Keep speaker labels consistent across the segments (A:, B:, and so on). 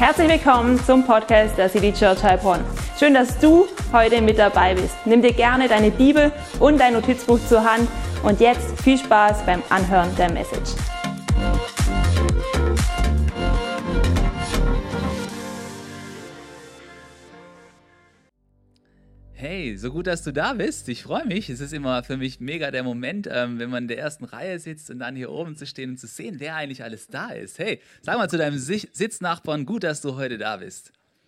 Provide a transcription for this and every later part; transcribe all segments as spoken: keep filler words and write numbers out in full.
A: Herzlich willkommen zum Podcast der City Church Heilbronn. Schön, dass du heute mit dabei bist. Nimm dir gerne deine Bibel und dein Notizbuch zur Hand und jetzt viel Spaß beim Anhören der Message.
B: Hey, so gut, dass du da bist. Ich freue mich. Es ist immer für mich mega der Moment, ähm, wenn man in der ersten Reihe sitzt und dann hier oben zu stehen und zu sehen, wer eigentlich alles da ist. Hey, sag mal zu deinem Si- Sitznachbarn, gut, dass du heute da bist.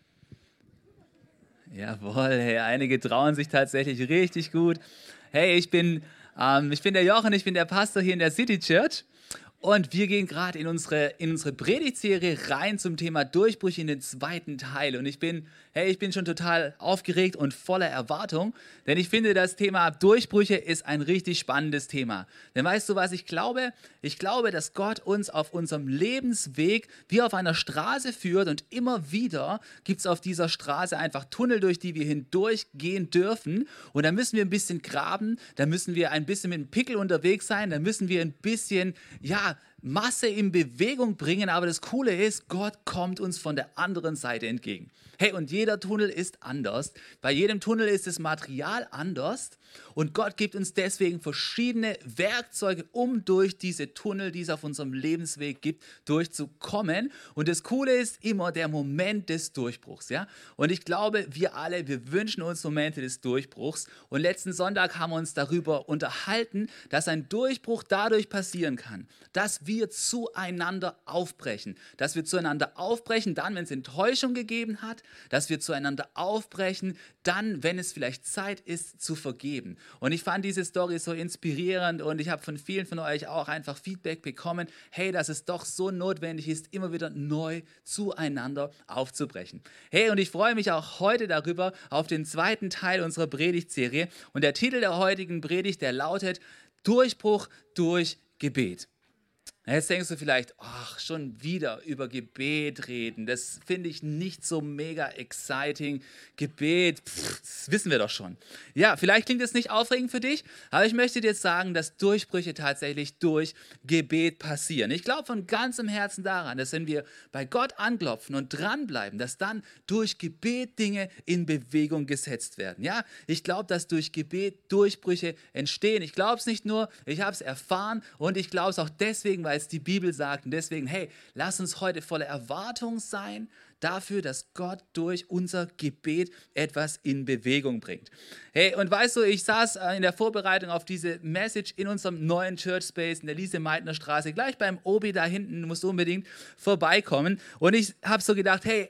B: Jawohl, hey, einige trauen sich tatsächlich richtig gut. Hey, ich bin, ähm, ich bin der Jochen, ich bin der Pastor hier in der City Church. Und wir gehen gerade in unsere, in unsere Predigtserie rein zum Thema Durchbrüche in den zweiten Teil. Und ich bin, hey, ich bin schon total aufgeregt und voller Erwartung, denn ich finde, das Thema Durchbrüche ist ein richtig spannendes Thema. Denn weißt du, was ich glaube? Ich glaube, dass Gott uns auf unserem Lebensweg wie auf einer Straße führt und immer wieder gibt es auf dieser Straße einfach Tunnel, durch die wir hindurchgehen dürfen. Und da müssen wir ein bisschen graben, da müssen wir ein bisschen mit dem Pickel unterwegs sein, da müssen wir ein bisschen, ja, Masse in Bewegung bringen, aber das Coole ist, Gott kommt uns von der anderen Seite entgegen. Hey, und jeder Tunnel ist anders. Bei jedem Tunnel ist das Material anders und Gott gibt uns deswegen verschiedene Werkzeuge, um durch diese Tunnel, die es auf unserem Lebensweg gibt, durchzukommen. Und das Coole ist immer der Moment des Durchbruchs. Ja? Und ich glaube, wir alle, wir wünschen uns Momente des Durchbruchs. Und letzten Sonntag haben wir uns darüber unterhalten, dass ein Durchbruch dadurch passieren kann, dass wir zueinander aufbrechen. Dass wir zueinander aufbrechen, dann, wenn es Enttäuschung gegeben hat, dass wir zueinander aufbrechen, dann, wenn es vielleicht Zeit ist, zu vergeben. Und ich fand diese Story so inspirierend und ich habe von vielen von euch auch einfach Feedback bekommen, hey, dass es doch so notwendig ist, immer wieder neu zueinander aufzubrechen. Hey, und ich freue mich auch heute darüber, auf den zweiten Teil unserer Predigtserie. Und der Titel der heutigen Predigt, der lautet Durchbruch durch Gebet. Jetzt denkst du vielleicht, ach, schon wieder über Gebet reden. Das finde ich nicht so mega exciting. Gebet, pff, das wissen wir doch schon. Ja, vielleicht klingt es nicht aufregend für dich, aber ich möchte dir jetzt sagen, dass Durchbrüche tatsächlich durch Gebet passieren. Ich glaube von ganzem Herzen daran, dass wenn wir bei Gott anklopfen und dranbleiben, dass dann durch Gebet Dinge in Bewegung gesetzt werden. Ja, ich glaube, dass durch Gebet Durchbrüche entstehen. Ich glaube es nicht nur, ich habe es erfahren und ich glaube es auch deswegen, weil es die Bibel sagt. Und deswegen, hey, lass uns heute voller Erwartung sein dafür, dass Gott durch unser Gebet etwas in Bewegung bringt. Hey, und weißt du, ich saß in der Vorbereitung auf diese Message in unserem neuen Church Space in der Lise-Meitner Straße, gleich beim Obi da hinten, du musst unbedingt vorbeikommen. Und ich habe so gedacht, hey,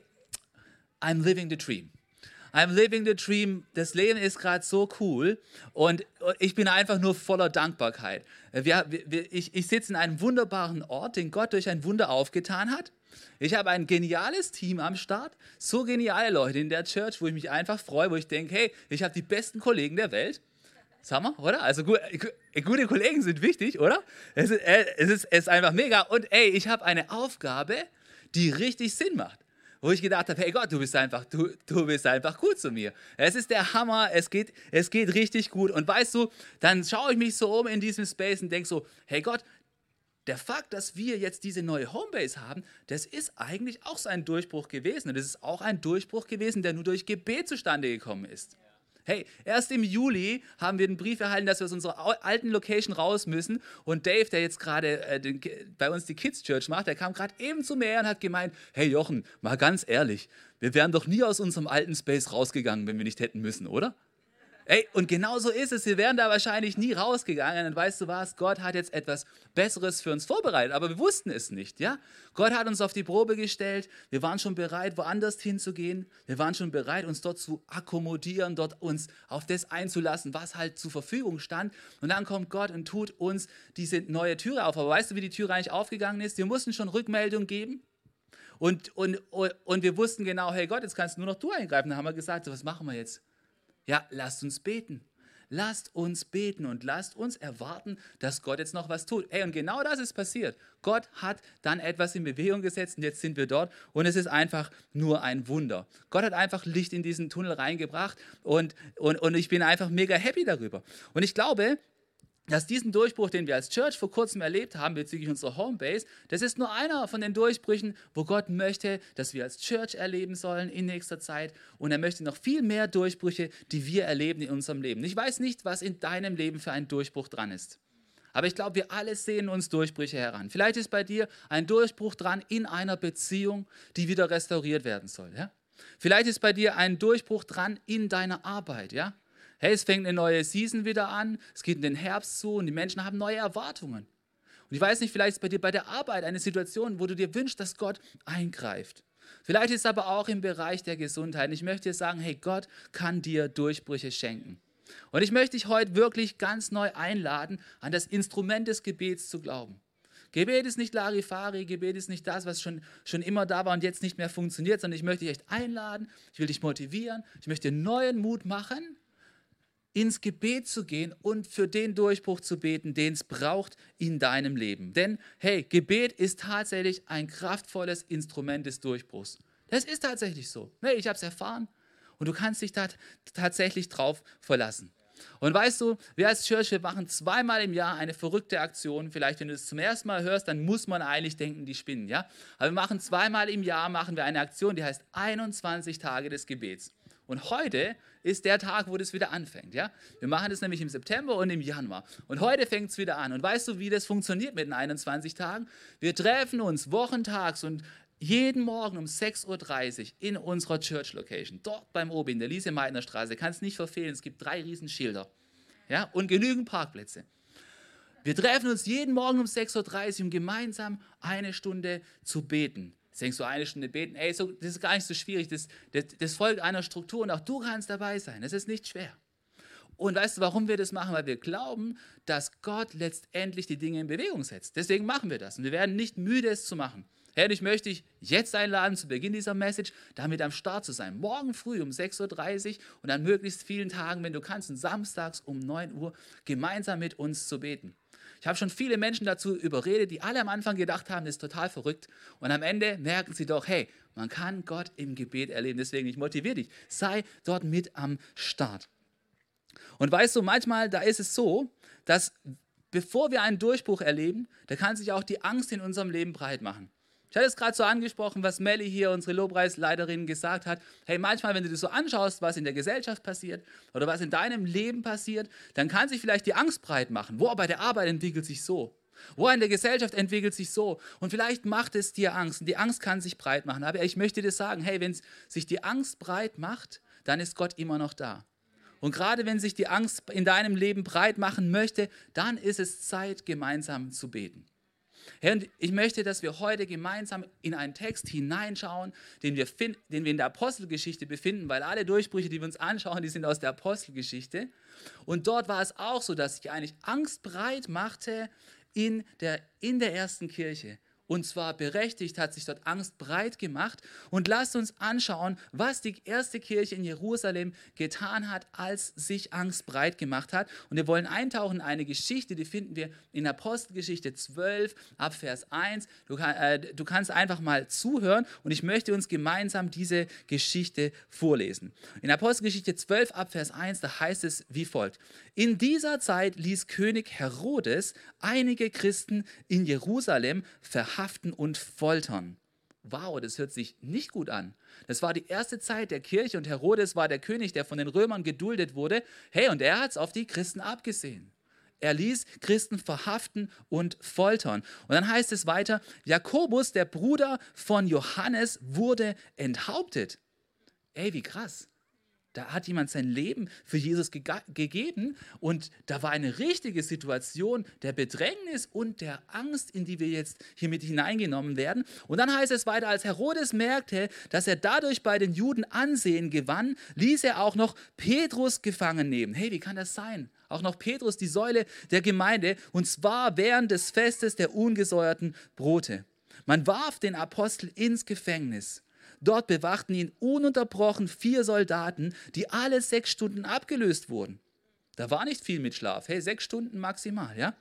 B: I'm living the dream. I'm living the dream. Das Leben ist gerade so cool und ich bin einfach nur voller Dankbarkeit. Wir, wir, ich ich sitze in einem wunderbaren Ort, den Gott durch ein Wunder aufgetan hat. Ich habe ein geniales Team am Start, so geniale Leute in der Church, wo ich mich einfach freue, wo ich denke, hey, ich habe die besten Kollegen der Welt. Sag mal, oder? Also gut, gute Kollegen sind wichtig, oder? Es ist, es ist, es ist einfach mega. Und ey, ich habe eine Aufgabe, die richtig Sinn macht. Wo ich gedacht habe, hey Gott, du bist einfach, du, du bist einfach gut zu mir. Es ist der Hammer, es geht, es geht richtig gut. Und weißt du, dann schaue ich mich so um in diesem Space und denke so, hey Gott, der Fakt, dass wir jetzt diese neue Homebase haben, das ist eigentlich auch so ein Durchbruch gewesen. Und das ist auch ein Durchbruch gewesen, der nur durch Gebet zustande gekommen ist. Hey, erst im Juli haben wir den Brief erhalten, dass wir aus unserer alten Location raus müssen. Und Dave, der jetzt gerade äh, den, bei uns die Kids Church macht, der kam gerade eben zu mir und hat gemeint, hey Jochen, mal ganz ehrlich, wir wären doch nie aus unserem alten Space rausgegangen, wenn wir nicht hätten müssen, oder? Ey, und genau so ist es. Wir wären da wahrscheinlich nie rausgegangen. Und weißt du was? Gott hat jetzt etwas Besseres für uns vorbereitet. Aber wir wussten es nicht, ja? Gott hat uns auf die Probe gestellt. Wir waren schon bereit, woanders hinzugehen. Wir waren schon bereit, uns dort zu akkommodieren, dort uns auf das einzulassen, was halt zur Verfügung stand. Und dann kommt Gott und tut uns diese neue Türe auf. Aber weißt du, wie die Türe eigentlich aufgegangen ist? Wir mussten schon Rückmeldung geben. Und, und, und wir wussten genau, hey Gott, jetzt kannst nur noch du eingreifen. Dann haben wir gesagt, so, was machen wir jetzt? Ja, lasst uns beten. Lasst uns beten und lasst uns erwarten, dass Gott jetzt noch was tut. Ey, und genau das ist passiert. Gott hat dann etwas in Bewegung gesetzt und jetzt sind wir dort und es ist einfach nur ein Wunder. Gott hat einfach Licht in diesen Tunnel reingebracht und, und, und ich bin einfach mega happy darüber. Und ich glaube, dass diesen Durchbruch, den wir als Church vor kurzem erlebt haben bezüglich unserer Homebase, das ist nur einer von den Durchbrüchen, wo Gott möchte, dass wir als Church erleben sollen in nächster Zeit. Und er möchte noch viel mehr Durchbrüche, die wir erleben in unserem Leben. Ich weiß nicht, was in deinem Leben für ein Durchbruch dran ist. Aber ich glaube, wir alle sehen uns Durchbrüche heran. Vielleicht ist bei dir ein Durchbruch dran in einer Beziehung, die wieder restauriert werden soll. Ja? Vielleicht ist bei dir ein Durchbruch dran in deiner Arbeit. Ja? Hey, es fängt eine neue Season wieder an, es geht in den Herbst zu und die Menschen haben neue Erwartungen. Und ich weiß nicht, vielleicht ist bei dir bei der Arbeit eine Situation, wo du dir wünschst, dass Gott eingreift. Vielleicht ist es aber auch im Bereich der Gesundheit. Und ich möchte dir sagen, hey, Gott kann dir Durchbrüche schenken. Und ich möchte dich heute wirklich ganz neu einladen, an das Instrument des Gebets zu glauben. Gebet ist nicht Larifari, Gebet ist nicht das, was schon, schon immer da war und jetzt nicht mehr funktioniert, sondern ich möchte dich echt einladen, ich will dich motivieren, ich möchte dir neuen Mut machen, ins Gebet zu gehen und für den Durchbruch zu beten, den es braucht in deinem Leben. Denn, hey, Gebet ist tatsächlich ein kraftvolles Instrument des Durchbruchs. Das ist tatsächlich so. Hey, ich habe es erfahren und du kannst dich da tatsächlich drauf verlassen. Und weißt du, wir als Church, wir machen zweimal im Jahr eine verrückte Aktion. Vielleicht, wenn du es zum ersten Mal hörst, dann muss man eigentlich denken, die spinnen, ja? Aber wir machen zweimal im Jahr machen wir eine Aktion, die heißt einundzwanzig Tage des Gebets. Und heute ist der Tag, wo das wieder anfängt. Ja? Wir machen das nämlich im September und im Januar. Und heute fängt es wieder an. Und weißt du, wie das funktioniert mit den einundzwanzig Tagen? Wir treffen uns wochentags und jeden Morgen um sechs Uhr dreißig in unserer Church Location, dort beim Obi in der Lise-Meitner-Straße. Kannst nicht verfehlen, es gibt drei riesen Schilder, ja? Und genügend Parkplätze. Wir treffen uns jeden Morgen um sechs Uhr dreißig, um gemeinsam eine Stunde zu beten. Jetzt denkst du, eine Stunde beten, ey, so, das ist gar nicht so schwierig, das, das, das folgt einer Struktur und auch du kannst dabei sein, das ist nicht schwer. Und weißt du, warum wir das machen? Weil wir glauben, dass Gott letztendlich die Dinge in Bewegung setzt. Deswegen machen wir das und wir werden nicht müde, es zu machen. Herr, ich möchte dich jetzt einladen, zu Beginn dieser Message, damit am Start zu sein. Morgen früh um sechs Uhr dreißig und an möglichst vielen Tagen, wenn du kannst, und samstags um neun Uhr gemeinsam mit uns zu beten. Ich habe schon viele Menschen dazu überredet, die alle am Anfang gedacht haben, das ist total verrückt. Und am Ende merken sie doch, hey, man kann Gott im Gebet erleben. Deswegen, ich motiviere dich, sei dort mit am Start. Und weißt du, manchmal, da ist es so, dass bevor wir einen Durchbruch erleben, da kann sich auch die Angst in unserem Leben breit machen. Ich hatte es gerade so angesprochen, was Melli hier, unsere Lobpreisleiterin, gesagt hat. Hey, manchmal, wenn du dir so anschaust, was in der Gesellschaft passiert oder was in deinem Leben passiert, dann kann sich vielleicht die Angst breit machen. Wo bei der Arbeit entwickelt sich so. Wo in der Gesellschaft entwickelt sich so. Und vielleicht macht es dir Angst. Und die Angst kann sich breit machen. Aber ich möchte dir sagen, hey, wenn sich die Angst breit macht, dann ist Gott immer noch da. Und gerade wenn sich die Angst in deinem Leben breit machen möchte, dann ist es Zeit, gemeinsam zu beten. Herr, und ich möchte, dass wir heute gemeinsam in einen Text hineinschauen, den wir, find, den wir in der Apostelgeschichte befinden, weil alle Durchbrüche, die wir uns anschauen, die sind aus der Apostelgeschichte. Und dort war es auch so, dass sich eigentlich Angst breit machte in der, in der ersten Kirche. Und zwar berechtigt hat sich dort Angst breit gemacht. Und lasst uns anschauen, was die erste Kirche in Jerusalem getan hat, als sich Angst breit gemacht hat. Und wir wollen eintauchen in eine Geschichte, die finden wir in Apostelgeschichte zwölf, ab Vers eins. Du, kann, äh, du kannst einfach mal zuhören und ich möchte uns gemeinsam diese Geschichte vorlesen. In Apostelgeschichte zwölf, ab Vers eins, da heißt es wie folgt. In dieser Zeit ließ König Herodes einige Christen in Jerusalem verhaften und foltern. Wow, das hört sich nicht gut an. Das war die erste Zeit der Kirche und Herodes war der König, der von den Römern geduldet wurde. Hey, und er hat es auf die Christen abgesehen. Er ließ Christen verhaften und foltern. Und dann heißt es weiter, Jakobus, der Bruder von Johannes, wurde enthauptet. Ey, wie krass. Da hat jemand sein Leben für Jesus ge- gegeben und da war eine richtige Situation der Bedrängnis und der Angst, in die wir jetzt hier mit hineingenommen werden. Und dann heißt es weiter, als Herodes merkte, dass er dadurch bei den Juden Ansehen gewann, ließ er auch noch Petrus gefangen nehmen. Hey, wie kann das sein? Auch noch Petrus, die Säule der Gemeinde, und zwar während des Festes der ungesäuerten Brote. Man warf den Apostel ins Gefängnis. Dort bewachten ihn ununterbrochen vier Soldaten, die alle sechs Stunden abgelöst wurden. Da war nicht viel mit Schlaf. Hey, sechs Stunden maximal, ja?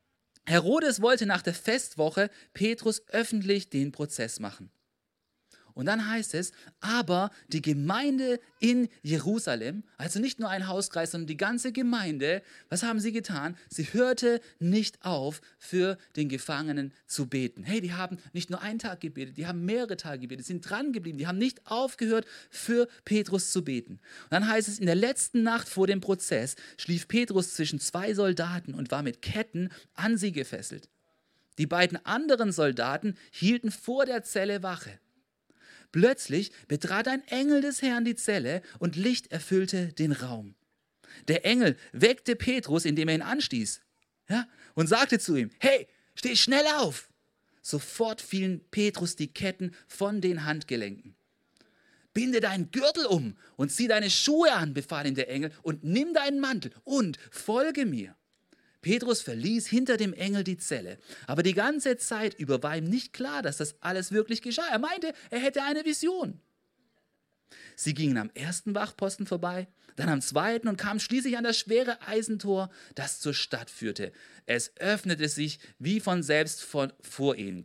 B: Herodes wollte nach der Festwoche Petrus öffentlich den Prozess machen. Und dann heißt es, aber die Gemeinde in Jerusalem, also nicht nur ein Hauskreis, sondern die ganze Gemeinde, was haben sie getan? Sie hörte nicht auf, für den Gefangenen zu beten. Hey, die haben nicht nur einen Tag gebetet, die haben mehrere Tage gebetet, sind dran geblieben, die haben nicht aufgehört, für Petrus zu beten. Und dann heißt es, in der letzten Nacht vor dem Prozess schlief Petrus zwischen zwei Soldaten und war mit Ketten an sie gefesselt. Die beiden anderen Soldaten hielten vor der Zelle Wache. Plötzlich betrat ein Engel des Herrn die Zelle und Licht erfüllte den Raum. Der Engel weckte Petrus, indem er ihn anstieß, ja, und sagte zu ihm, hey, steh schnell auf. Sofort fielen Petrus die Ketten von den Handgelenken. Binde deinen Gürtel um und zieh deine Schuhe an, befahl ihm der Engel, und nimm deinen Mantel und folge mir. Petrus verließ hinter dem Engel die Zelle, aber die ganze Zeit über war ihm nicht klar, dass das alles wirklich geschah. Er meinte, er hätte eine Vision. Sie gingen am ersten Wachposten vorbei, dann am zweiten und kamen schließlich an das schwere Eisentor, das zur Stadt führte. Es öffnete sich wie von selbst von, vor ihnen.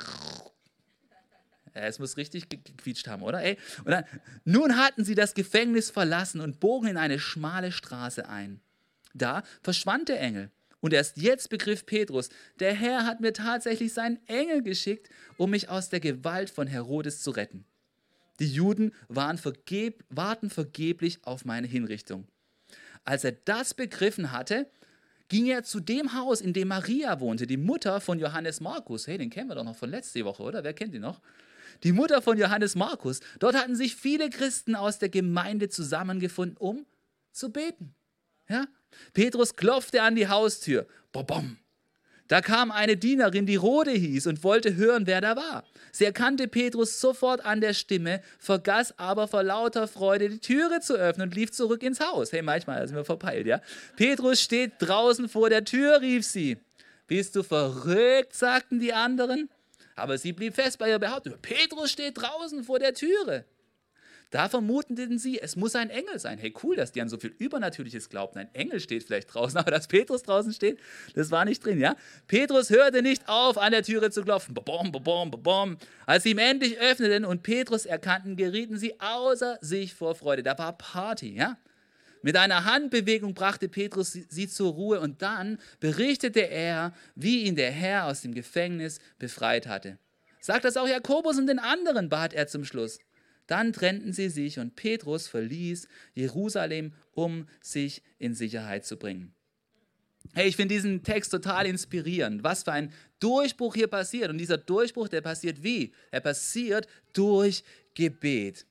B: Es muss richtig gequietscht haben, oder? Ey. Und dann, nun hatten sie das Gefängnis verlassen und bogen in eine schmale Straße ein. Da verschwand der Engel. Und erst jetzt begriff Petrus, der Herr hat mir tatsächlich seinen Engel geschickt, um mich aus der Gewalt von Herodes zu retten. Die Juden waren vergeb, warten vergeblich auf meine Hinrichtung. Als er das begriffen hatte, ging er zu dem Haus, in dem Maria wohnte, die Mutter von Johannes Markus. Hey, den kennen wir doch noch von letzter Woche, oder? Wer kennt ihn noch? Die Mutter von Johannes Markus. Dort hatten sich viele Christen aus der Gemeinde zusammengefunden, um zu beten. Ja? Petrus klopfte an die Haustür. Bom. Da kam eine Dienerin, die Rode hieß, und wollte hören, wer da war. Sie erkannte Petrus sofort an der Stimme, vergaß aber vor lauter Freude die Türe zu öffnen und lief zurück ins Haus. Hey, manchmal sind wir verpeilt, ja? Petrus steht draußen vor der Tür, rief sie. Bist du verrückt, sagten die anderen. Aber sie blieb fest bei ihrer Behauptung. Petrus steht draußen vor der Türe. Da vermuteten sie, es muss ein Engel sein. Hey, cool, dass die an so viel Übernatürliches glaubten. Ein Engel steht vielleicht draußen, aber dass Petrus draußen steht, das war nicht drin, ja? Petrus hörte nicht auf, an der Türe zu klopfen. Bom, bom, bom. Als sie ihm endlich öffneten und Petrus erkannten, gerieten sie außer sich vor Freude. Da war Party, ja? Mit einer Handbewegung brachte Petrus sie zur Ruhe und dann berichtete er, wie ihn der Herr aus dem Gefängnis befreit hatte. Sagt das auch Jakobus und den anderen, bat er zum Schluss. Dann trennten sie sich und Petrus verließ Jerusalem, um sich in Sicherheit zu bringen. Hey, ich finde diesen Text total inspirierend, was für ein Durchbruch hier passiert. Und dieser Durchbruch, der passiert wie? Er passiert durch Gebet.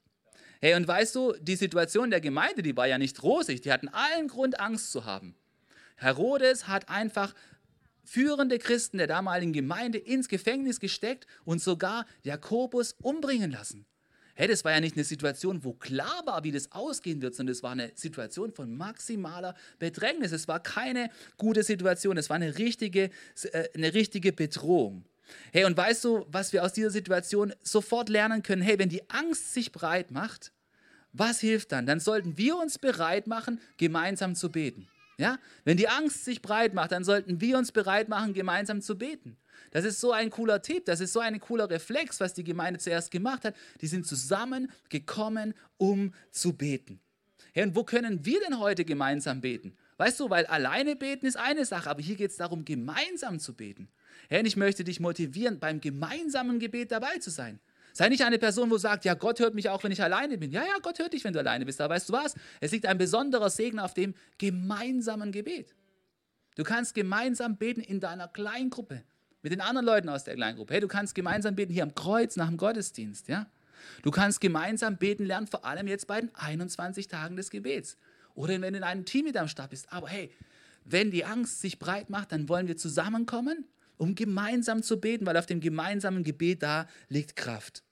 B: Hey, und weißt du, die Situation der Gemeinde, die war ja nicht rosig. Die hatten allen Grund, Angst zu haben. Herodes hat einfach führende Christen der damaligen Gemeinde ins Gefängnis gesteckt und sogar Jakobus umbringen lassen. Hey, das war ja nicht eine Situation, wo klar war, wie das ausgehen wird, sondern es war eine Situation von maximaler Bedrängnis. Es war keine gute Situation, es war eine richtige, äh, eine richtige Bedrohung. Hey, und weißt du, was wir aus dieser Situation sofort lernen können? Hey, wenn die Angst sich breit macht, was hilft dann? Dann sollten wir uns bereit machen, gemeinsam zu beten. Ja? Wenn die Angst sich breit macht, dann sollten wir uns bereit machen, gemeinsam zu beten. Das ist so ein cooler Tipp, das ist so ein cooler Reflex, was die Gemeinde zuerst gemacht hat. Die sind zusammengekommen, um zu beten. Hey, und wo können wir denn heute gemeinsam beten? Weißt du, weil alleine beten ist eine Sache, aber hier geht es darum, gemeinsam zu beten. Hey, und ich möchte dich motivieren, beim gemeinsamen Gebet dabei zu sein. Sei nicht eine Person, wo sagt, ja, Gott hört mich auch, wenn ich alleine bin. Ja, ja, Gott hört dich, wenn du alleine bist. Aber weißt du was? Es liegt ein besonderer Segen auf dem gemeinsamen Gebet. Du kannst gemeinsam beten in deiner Kleingruppe, mit den anderen Leuten aus der Kleingruppe. Hey, du kannst gemeinsam beten hier am Kreuz nach dem Gottesdienst. Ja? Du kannst gemeinsam beten lernen, vor allem jetzt bei den einundzwanzig Tagen des Gebets. Oder wenn du in einem Team mit am Start bist. Aber hey, wenn die Angst sich breit macht, dann wollen wir zusammenkommen, um gemeinsam zu beten, weil auf dem gemeinsamen Gebet da liegt Kraft.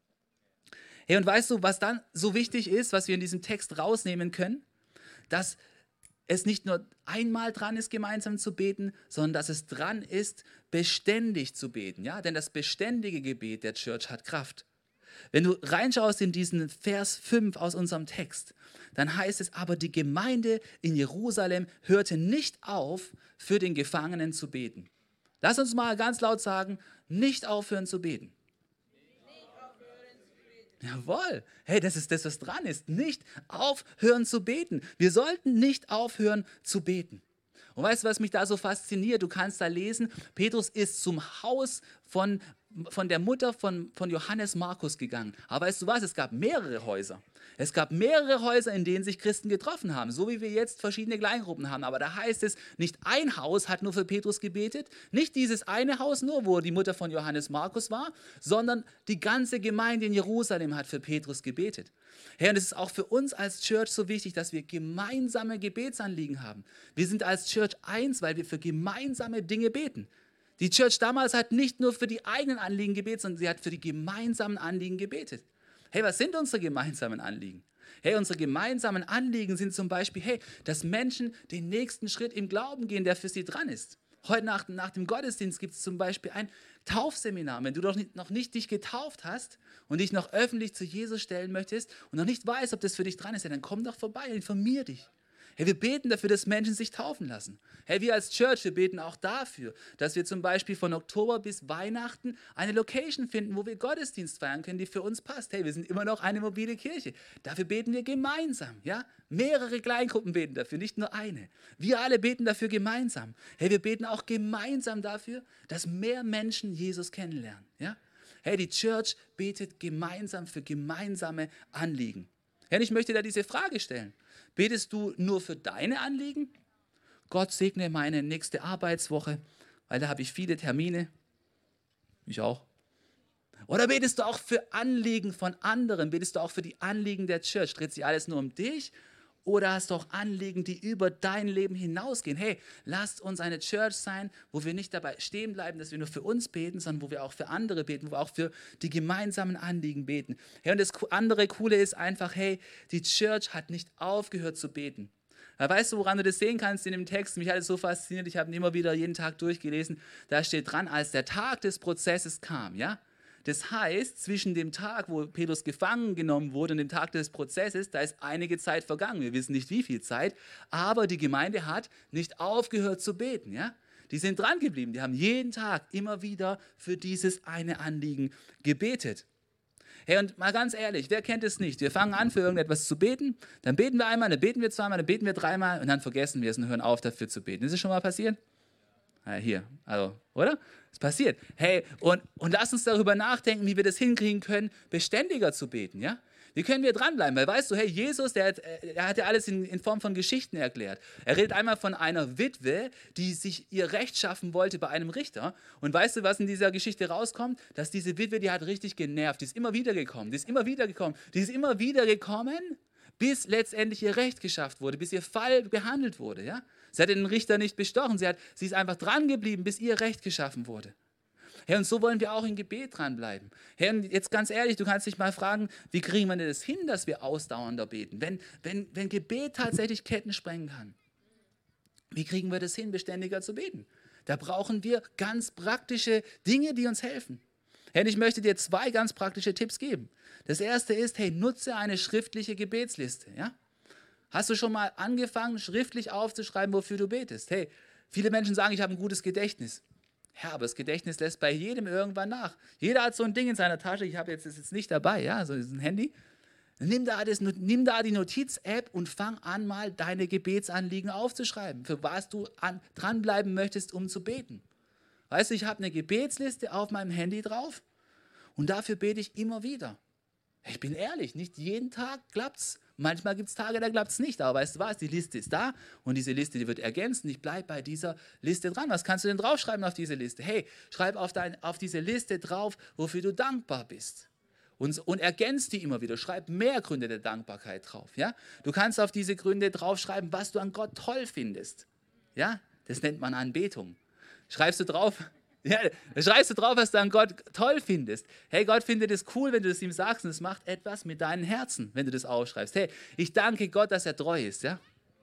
B: Hey, und weißt du, was dann so wichtig ist, was wir in diesem Text rausnehmen können? Dass es nicht nur einmal dran ist, gemeinsam zu beten, sondern dass es dran ist, beständig zu beten. Ja? Denn das beständige Gebet der Church hat Kraft. Wenn du reinschaust in diesen Vers fünf aus unserem Text, dann heißt es, aber die Gemeinde in Jerusalem hörte nicht auf, für den Gefangenen zu beten. Lass uns mal ganz laut sagen, nicht aufhören zu beten. Jawohl. Hey, das ist das, was dran ist. Nicht aufhören zu beten. Wir sollten nicht aufhören zu beten. Und weißt du, was mich da so fasziniert? Du kannst da lesen, Petrus ist zum Haus von, von der Mutter von, von Johannes Markus gegangen. Aber weißt du was? Es gab mehrere Häuser. Es gab mehrere Häuser, in denen sich Christen getroffen haben, so wie wir jetzt verschiedene Kleingruppen haben. Aber da heißt es, nicht ein Haus hat nur für Petrus gebetet, nicht dieses eine Haus nur, wo die Mutter von Johannes Markus war, sondern die ganze Gemeinde in Jerusalem hat für Petrus gebetet. Herr, und es ist auch für uns als Church so wichtig, dass wir gemeinsame Gebetsanliegen haben. Wir sind als Church eins, weil wir für gemeinsame Dinge beten. Die Church damals hat nicht nur für die eigenen Anliegen gebetet, sondern sie hat für die gemeinsamen Anliegen gebetet. Hey, was sind unsere gemeinsamen Anliegen? Hey, unsere gemeinsamen Anliegen sind zum Beispiel, hey, dass Menschen den nächsten Schritt im Glauben gehen, der für sie dran ist. Heute nach, nach dem Gottesdienst gibt es zum Beispiel ein Taufseminar. Wenn du doch nicht, noch nicht dich getauft hast und dich noch öffentlich zu Jesus stellen möchtest und noch nicht weißt, ob das für dich dran ist, ja, dann komm doch vorbei, informier dich. Hey, wir beten dafür, dass Menschen sich taufen lassen. Hey, wir als Church, wir beten auch dafür, dass wir zum Beispiel von Oktober bis Weihnachten eine Location finden, wo wir Gottesdienst feiern können, die für uns passt. Hey, wir sind immer noch eine mobile Kirche. Dafür beten wir gemeinsam. Ja? Mehrere Kleingruppen beten dafür, nicht nur eine. Wir alle beten dafür gemeinsam. Hey, wir beten auch gemeinsam dafür, dass mehr Menschen Jesus kennenlernen. Ja? Hey, die Church betet gemeinsam für gemeinsame Anliegen. Ja, und ich möchte da diese Frage stellen. Betest du nur für deine Anliegen? Gott segne meine nächste Arbeitswoche, weil da habe ich viele Termine. Ich auch. Oder betest du auch für Anliegen von anderen? Betest du auch für die Anliegen der Church? Dreht sich alles nur um dich? Oder hast du auch Anliegen, die über dein Leben hinausgehen? Hey, lasst uns eine Church sein, wo wir nicht dabei stehen bleiben, dass wir nur für uns beten, sondern wo wir auch für andere beten, wo wir auch für die gemeinsamen Anliegen beten. Hey, und das andere Coole ist einfach, hey, die Church hat nicht aufgehört zu beten. Weißt du, woran du das sehen kannst in dem Text? Mich hat es so fasziniert, ich habe ihn immer wieder jeden Tag durchgelesen. Da steht dran, als der Tag des Prozesses kam, ja? Das heißt, zwischen dem Tag, wo Petrus gefangen genommen wurde und dem Tag des Prozesses, da ist einige Zeit vergangen. Wir wissen nicht, wie viel Zeit, aber die Gemeinde hat nicht aufgehört zu beten. Ja? Die sind dran geblieben, die haben jeden Tag immer wieder für dieses eine Anliegen gebetet. Hey, und mal ganz ehrlich, wer kennt es nicht? Wir fangen an, für irgendetwas zu beten, dann beten wir einmal, dann beten wir zweimal, dann beten wir dreimal und dann vergessen wir es und hören auf, dafür zu beten. Ist das schon mal passiert? Ja, hier, also, oder? Es passiert. Hey, und, und lass uns darüber nachdenken, wie wir das hinkriegen können, beständiger zu beten, ja? Wie können wir dranbleiben? Weil weißt du, hey, Jesus, der hat, der hat ja alles in, in Form von Geschichten erklärt. Er redet einmal von einer Witwe, die sich ihr Recht schaffen wollte bei einem Richter. Und weißt du, was in dieser Geschichte rauskommt? Dass diese Witwe, die hat richtig genervt, die ist immer wieder gekommen, die ist immer wieder gekommen, die ist immer wieder gekommen, bis letztendlich ihr Recht geschafft wurde, bis ihr Fall behandelt wurde, ja? Sie hat den Richter nicht bestochen, sie, hat, sie ist einfach dran geblieben, bis ihr Recht geschaffen wurde. Herr, und so wollen wir auch im Gebet dranbleiben. Herr, und jetzt ganz ehrlich, du kannst dich mal fragen, wie kriegen wir denn das hin, dass wir ausdauernder beten? Wenn, wenn, wenn Gebet tatsächlich Ketten sprengen kann, wie kriegen wir das hin, beständiger zu beten? Da brauchen wir ganz praktische Dinge, die uns helfen. Herr, und ich möchte dir zwei ganz praktische Tipps geben. Das erste ist, hey, nutze eine schriftliche Gebetsliste, ja? Hast du schon mal angefangen, schriftlich aufzuschreiben, wofür du betest? Hey, viele Menschen sagen, ich habe ein gutes Gedächtnis. Ja, aber das Gedächtnis lässt bei jedem irgendwann nach. Jeder hat so ein Ding in seiner Tasche, ich habe jetzt, das jetzt nicht dabei, ja, so ein Handy. Nimm da, das, nimm da die Notiz-App und fang an, mal deine Gebetsanliegen aufzuschreiben, für was du an, dranbleiben möchtest, um zu beten. Weißt du, ich habe eine Gebetsliste auf meinem Handy drauf und dafür bete ich immer wieder. Ich bin ehrlich, nicht jeden Tag klappt's. Manchmal gibt es Tage, da klappt es nicht. Aber weißt du was, die Liste ist da und diese Liste, die wird ergänzt und ich bleibe bei dieser Liste dran. Was kannst du denn draufschreiben auf diese Liste? Hey, schreib auf, dein, auf diese Liste drauf, wofür du dankbar bist. Und, und ergänzt die immer wieder. Schreib mehr Gründe der Dankbarkeit drauf. Ja? Du kannst auf diese Gründe draufschreiben, was du an Gott toll findest. Ja? Das nennt man Anbetung. Schreibst du drauf... Ja, da schreibst du drauf, was du an Gott toll findest. Hey, Gott findet es cool, wenn du das ihm sagst und es macht etwas mit deinem Herzen, wenn du das aufschreibst. Hey, ich danke Gott, dass er treu ist. Ja?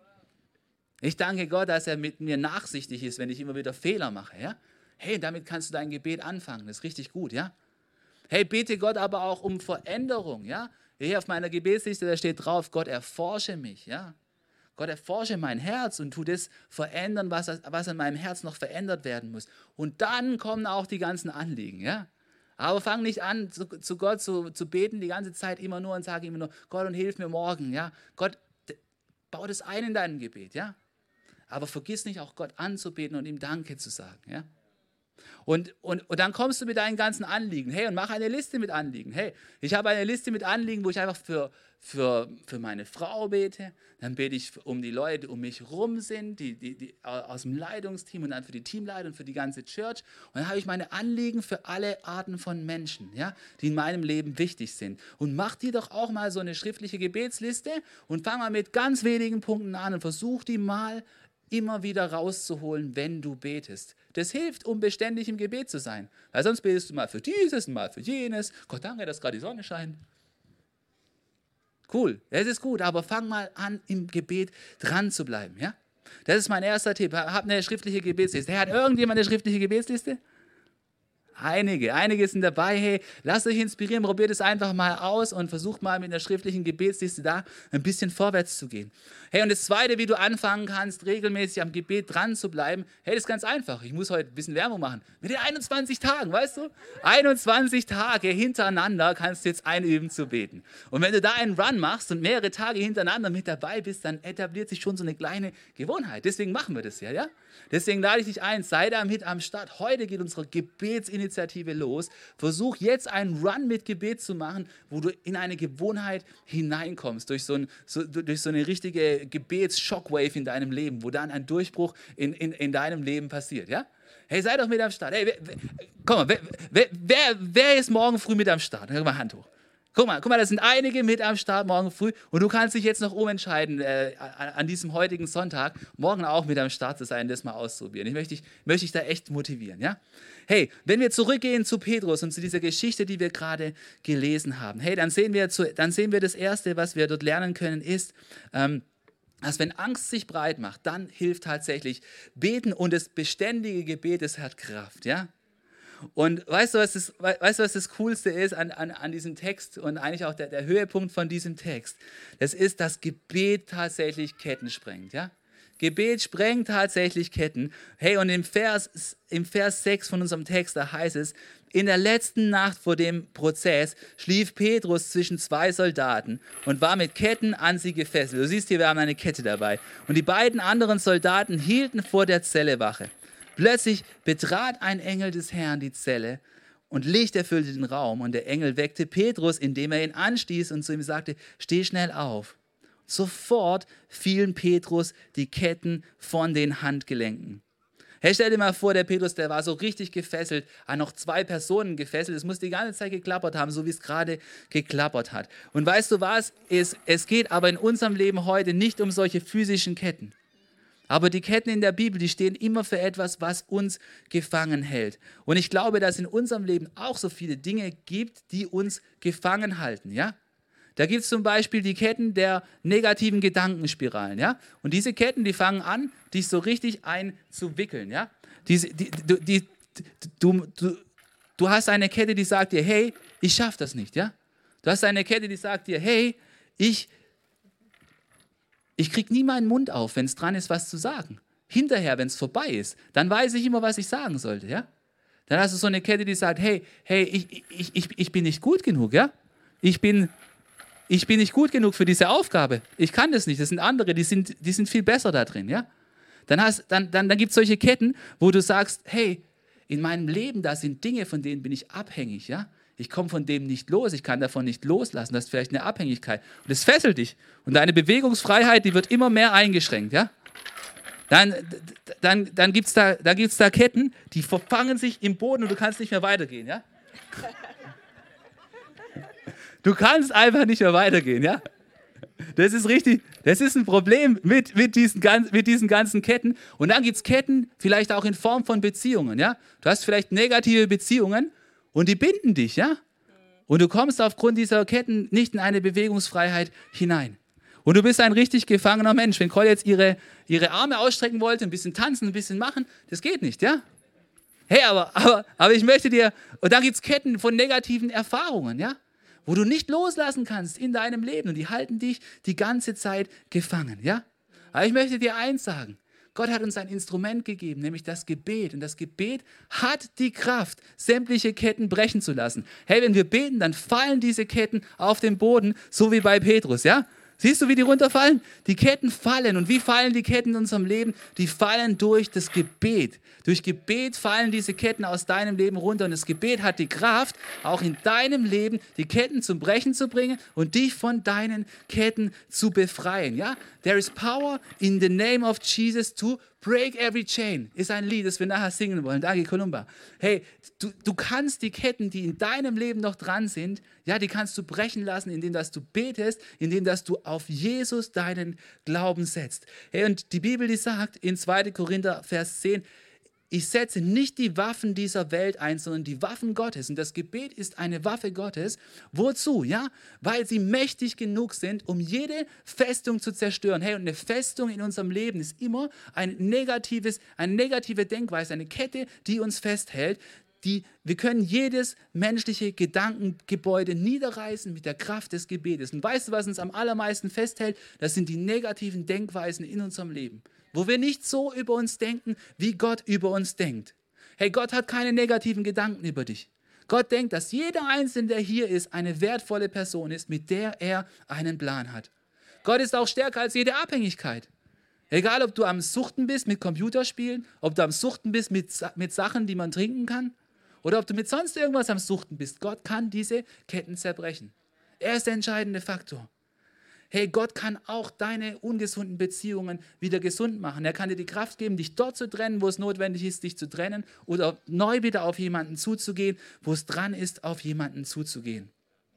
B: Ich danke Gott, dass er mit mir nachsichtig ist, wenn ich immer wieder Fehler mache. Ja? Hey, damit kannst du dein Gebet anfangen. Das ist richtig gut. Ja? Hey, bete Gott aber auch um Veränderung. Ja? Hier auf meiner Gebetsliste, da steht drauf, Gott erforsche mich. Ja? Gott, erforsche mein Herz und tu das verändern, was, was in meinem Herz noch verändert werden muss. Und dann kommen auch die ganzen Anliegen. Ja? Aber fang nicht an, zu, zu Gott zu, zu beten die ganze Zeit immer nur und sage immer nur, Gott, und hilf mir morgen. Ja? Gott, d- bau das ein in deinem Gebet. Ja? Aber vergiss nicht auch Gott anzubeten und ihm Danke zu sagen. Ja? Und, und, und dann kommst du mit deinen ganzen Anliegen. Hey, und mach eine Liste mit Anliegen. Hey, ich habe eine Liste mit Anliegen, wo ich einfach für, für, für meine Frau bete. Dann bete ich um die Leute, die um mich rum sind, die, die, die aus dem Leitungsteam und dann für die Teamleiter und für die ganze Church. Und dann habe ich meine Anliegen für alle Arten von Menschen, ja, die in meinem Leben wichtig sind. Und mach dir doch auch mal so eine schriftliche Gebetsliste und fang mal mit ganz wenigen Punkten an und versuch die mal immer wieder rauszuholen, wenn du betest. Das hilft, um beständig im Gebet zu sein. Weil sonst betest du mal für dieses, mal für jenes. Gott danke, dass gerade die Sonne scheint. Cool, das ist gut, aber fang mal an, im Gebet dran zu bleiben. Ja? Das ist mein erster Tipp. Hab eine schriftliche Gebetsliste. Hat irgendjemand eine schriftliche Gebetsliste? Einige, einige sind dabei. Hey, lasst euch inspirieren, probiert es einfach mal aus und versucht mal mit einer schriftlichen Gebetsliste da ein bisschen vorwärts zu gehen. Hey, und das Zweite, wie du anfangen kannst, regelmäßig am Gebet dran zu bleiben, hey, das ist ganz einfach. Ich muss heute ein bisschen Werbung machen. Mit den einundzwanzig Tagen, weißt du? einundzwanzig Tage hintereinander kannst du jetzt einüben zu beten. Und wenn du da einen Run machst und mehrere Tage hintereinander mit dabei bist, dann etabliert sich schon so eine kleine Gewohnheit. Deswegen machen wir das ja, ja? Deswegen lade ich dich ein, sei da mit am Start. Heute geht unsere Gebetsinitiative los. Versuch jetzt einen Run mit Gebet zu machen, wo du in eine Gewohnheit hineinkommst, durch so, ein, so, durch so eine richtige Gebets-Shockwave in deinem Leben, wo dann ein Durchbruch in, in, in deinem Leben passiert. Ja? Hey, sei doch mit am Start. Hey, wer, wer, komm mal, wer, wer, wer, wer ist morgen früh mit am Start? Guck mal, Hand hoch. Guck mal, guck mal, da sind einige mit am Start morgen früh und du kannst dich jetzt noch umentscheiden, äh, an, an diesem heutigen Sonntag, morgen auch mit am Start zu sein, das mal auszuprobieren. Ich möchte dich, möchte dich da echt motivieren, ja? Hey, wenn wir zurückgehen zu Petrus und zu dieser Geschichte, die wir gerade gelesen haben, hey, dann sehen wir, zu, dann sehen wir das Erste, was wir dort lernen können, ist, ähm, dass wenn Angst sich breit macht, dann hilft tatsächlich Beten und das beständige Gebet, das hat Kraft, ja? Und weißt du, was das, weißt du, was das Coolste ist an, an, an diesem Text und eigentlich auch der, der Höhepunkt von diesem Text? Das ist, dass Gebet tatsächlich Ketten sprengt. Ja? Gebet sprengt tatsächlich Ketten. Hey, und im Vers, im Vers sechs von unserem Text, da heißt es, in der letzten Nacht vor dem Prozess schlief Petrus zwischen zwei Soldaten und war mit Ketten an sie gefesselt. Du siehst hier, wir haben eine Kette dabei. Und die beiden anderen Soldaten hielten vor der Zelle Wache. Plötzlich betrat ein Engel des Herrn die Zelle und Licht erfüllte den Raum. Und der Engel weckte Petrus, indem er ihn anstieß und zu ihm sagte, steh schnell auf. Sofort fielen Petrus die Ketten von den Handgelenken. Hey, stell dir mal vor, der Petrus, der war so richtig gefesselt, an noch zwei Personen gefesselt. Es muss die ganze Zeit geklappert haben, so wie es gerade geklappert hat. Und weißt du was? Es, es geht aber in unserem Leben heute nicht um solche physischen Ketten. Aber die Ketten in der Bibel, die stehen immer für etwas, was uns gefangen hält. Und ich glaube, dass in unserem Leben auch so viele Dinge gibt, die uns gefangen halten, ja? Da gibt es zum Beispiel die Ketten der negativen Gedankenspiralen, ja? Und diese Ketten, die fangen an, dich so richtig einzuwickeln, ja? Diese, die, die, die, du, du, du hast eine Kette, die sagt dir, hey, ich schaffe das nicht, ja? Du hast eine Kette, die sagt dir, hey, ich Ich kriege nie meinen Mund auf, wenn es dran ist, was zu sagen. Hinterher, wenn es vorbei ist, dann weiß ich immer, was ich sagen sollte, ja? Dann hast du so eine Kette, die sagt, hey, hey, ich, ich, ich, ich bin nicht gut genug, ja? Ich bin, ich bin nicht gut genug für diese Aufgabe. Ich kann das nicht. Das sind andere, die sind, die sind viel besser da drin, ja? Dann, hast, dann, dann, dann gibt es solche Ketten, wo du sagst, hey, in meinem Leben, da sind Dinge, von denen bin ich abhängig, ja? Ich komme von dem nicht los, ich kann davon nicht loslassen, das ist vielleicht eine Abhängigkeit. Und das fesselt dich. Und deine Bewegungsfreiheit, die wird immer mehr eingeschränkt. Ja? Dann, dann, dann gibt es da, da, gibt's da Ketten, die verfangen sich im Boden und du kannst nicht mehr weitergehen. Ja? Du kannst einfach nicht mehr weitergehen. Ja? Das ist richtig, das ist ein Problem mit, mit, diesen, mit diesen ganzen Ketten. Und dann gibt es Ketten, vielleicht auch in Form von Beziehungen. Ja? Du hast vielleicht negative Beziehungen, und die binden dich, ja? Und du kommst aufgrund dieser Ketten nicht in eine Bewegungsfreiheit hinein. Und du bist ein richtig gefangener Mensch. Wenn Cole jetzt ihre, ihre Arme ausstrecken wollte, ein bisschen tanzen, ein bisschen machen, das geht nicht, ja? Hey, aber, aber, aber ich möchte dir, und dann gibt es Ketten von negativen Erfahrungen, ja? Wo du nicht loslassen kannst in deinem Leben und die halten dich die ganze Zeit gefangen, ja? Aber ich möchte dir eins sagen, Gott hat uns ein Instrument gegeben, nämlich das Gebet. Und das Gebet hat die Kraft, sämtliche Ketten brechen zu lassen. Hey, wenn wir beten, dann fallen diese Ketten auf den Boden, so wie bei Petrus, ja? Siehst du, wie die runterfallen? Die Ketten fallen. Und wie fallen die Ketten in unserem Leben? Die fallen durch das Gebet. Durch Gebet fallen diese Ketten aus deinem Leben runter. Und das Gebet hat die Kraft, auch in deinem Leben die Ketten zum Brechen zu bringen und dich von deinen Ketten zu befreien. Ja? There is power in the name of Jesus to break every chain. Ist ein Lied, das wir nachher singen wollen. Danke, Columba. Hey, du, du kannst die Ketten, die in deinem Leben noch dran sind, ja, die kannst du brechen lassen, indem dass du betest, indem dass du auf Jesus deinen Glauben setzt. Hey, und die Bibel, die sagt in zweiter Korinther, Vers zehn, ich setze nicht die Waffen dieser Welt ein, sondern die Waffen Gottes. Und das Gebet ist eine Waffe Gottes. Wozu? Ja, weil sie mächtig genug sind, um jede Festung zu zerstören. Hey, und eine Festung in unserem Leben ist immer ein negatives, eine negative Denkweise, eine Kette, die uns festhält. Die, wir können jedes menschliche Gedankengebäude niederreißen mit der Kraft des Gebetes. Und weißt du, was uns am allermeisten festhält? Das sind die negativen Denkweisen in unserem Leben, wo wir nicht so über uns denken, wie Gott über uns denkt. Hey, Gott hat keine negativen Gedanken über dich. Gott denkt, dass jeder Einzelne, der hier ist, eine wertvolle Person ist, mit der er einen Plan hat. Gott ist auch stärker als jede Abhängigkeit. Egal, ob du am Suchten bist mit Computerspielen, ob du am Suchten bist mit, mit Sachen, die man trinken kann, oder ob du mit sonst irgendwas am Suchten bist. Gott kann diese Ketten zerbrechen. Er ist der entscheidende Faktor. Hey, Gott kann auch deine ungesunden Beziehungen wieder gesund machen. Er kann dir die Kraft geben, dich dort zu trennen, wo es notwendig ist, dich zu trennen, oder neu wieder auf jemanden zuzugehen, wo es dran ist, auf jemanden zuzugehen.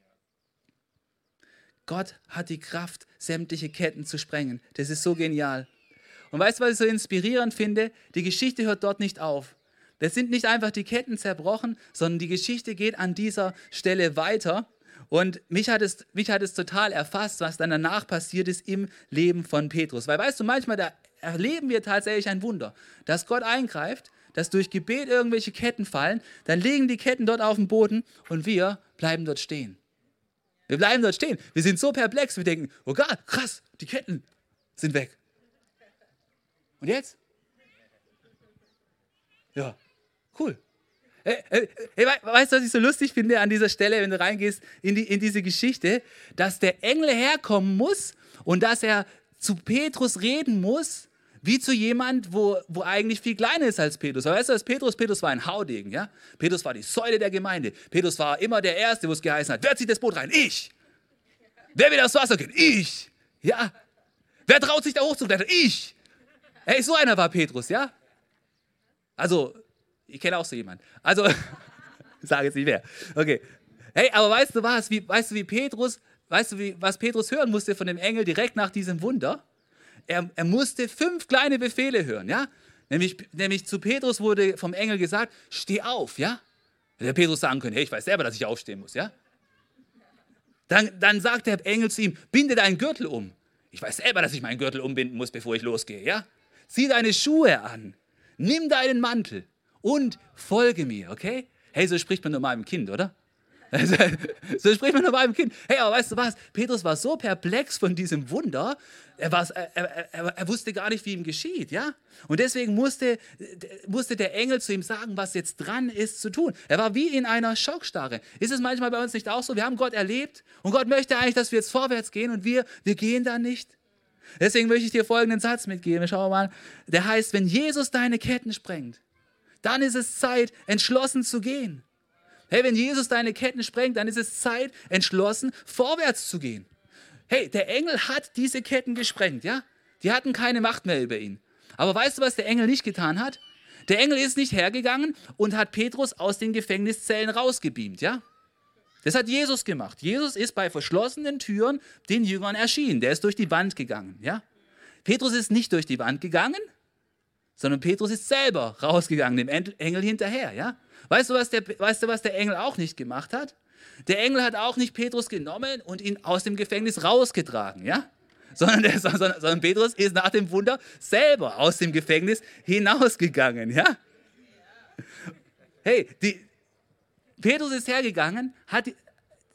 B: Gott hat die Kraft, sämtliche Ketten zu sprengen. Das ist so genial. Und weißt du, was ich so inspirierend finde? Die Geschichte hört dort nicht auf. Das sind nicht einfach die Ketten zerbrochen, sondern die Geschichte geht an dieser Stelle weiter. Und mich hat es, mich hat es total erfasst, was dann danach passiert ist im Leben von Petrus. Weil weißt du, manchmal da erleben wir tatsächlich ein Wunder, dass Gott eingreift, dass durch Gebet irgendwelche Ketten fallen, dann liegen die Ketten dort auf dem Boden und wir bleiben dort stehen. Wir bleiben dort stehen. Wir sind so perplex, wir denken, oh Gott, krass, die Ketten sind weg. Und jetzt? Ja, cool. Hey, hey, hey, weißt du, was ich so lustig finde an dieser Stelle, wenn du reingehst in, die, in diese Geschichte, dass der Engel herkommen muss und dass er zu Petrus reden muss, wie zu jemand, wo, wo eigentlich viel kleiner ist als Petrus. Aber weißt du, was Petrus? Petrus war ein Haudegen, ja? Petrus war die Säule der Gemeinde. Petrus war immer der Erste, wo es geheißen hat, wer zieht das Boot rein? Ich. Wer will aufs Wasser gehen? Ich. Ja. Wer traut sich da hochzuklettern? Ich. Hey, so einer war Petrus, ja? Also, ich kenne auch so jemanden. Also, ich sage jetzt nicht wer. Okay. Hey, aber weißt du was? Wie, weißt du, wie Petrus, weißt du, wie, was Petrus hören musste von dem Engel direkt nach diesem Wunder? Er, er musste fünf kleine Befehle hören, ja? Nämlich, nämlich zu Petrus wurde vom Engel gesagt, steh auf, ja? Der Petrus sagen können, hey, ich weiß selber, dass ich aufstehen muss, ja? Dann, dann sagt der Engel zu ihm, binde deinen Gürtel um. Ich weiß selber, dass ich meinen Gürtel umbinden muss, bevor ich losgehe, ja? Zieh deine Schuhe an, nimm deinen Mantel und folge mir, okay? Hey, so spricht man normal mit dem Kind, oder? So spricht man normal mit dem Kind. Hey, aber weißt du was? Petrus war so perplex von diesem Wunder, er, war, er, er, er wusste gar nicht, wie ihm geschieht, ja? Und deswegen musste, musste der Engel zu ihm sagen, was jetzt dran ist zu tun. Er war wie in einer Schockstarre. Ist es manchmal bei uns nicht auch so? Wir haben Gott erlebt und Gott möchte eigentlich, dass wir jetzt vorwärts gehen und wir, wir gehen da nicht. Deswegen möchte ich dir folgenden Satz mitgeben. Schau mal, der heißt, wenn Jesus deine Ketten sprengt, dann ist es Zeit, entschlossen zu gehen. Hey, wenn Jesus deine Ketten sprengt, dann ist es Zeit, entschlossen vorwärts zu gehen. Hey, der Engel hat diese Ketten gesprengt, ja? Die hatten keine Macht mehr über ihn. Aber weißt du, was der Engel nicht getan hat? Der Engel ist nicht hergegangen und hat Petrus aus den Gefängniszellen rausgebeamt, ja? Das hat Jesus gemacht. Jesus ist bei verschlossenen Türen den Jüngern erschienen. Der ist durch die Wand gegangen, ja? Petrus ist nicht durch die Wand gegangen, sondern Petrus ist selber rausgegangen, dem Engel hinterher, ja? Weißt du, was der, weißt du, was der Engel auch nicht gemacht hat? Der Engel hat auch nicht Petrus genommen und ihn aus dem Gefängnis rausgetragen, ja? Sondern, der, sondern, sondern Petrus ist nach dem Wunder selber aus dem Gefängnis hinausgegangen, ja? Hey, die, Petrus ist hergegangen, hat,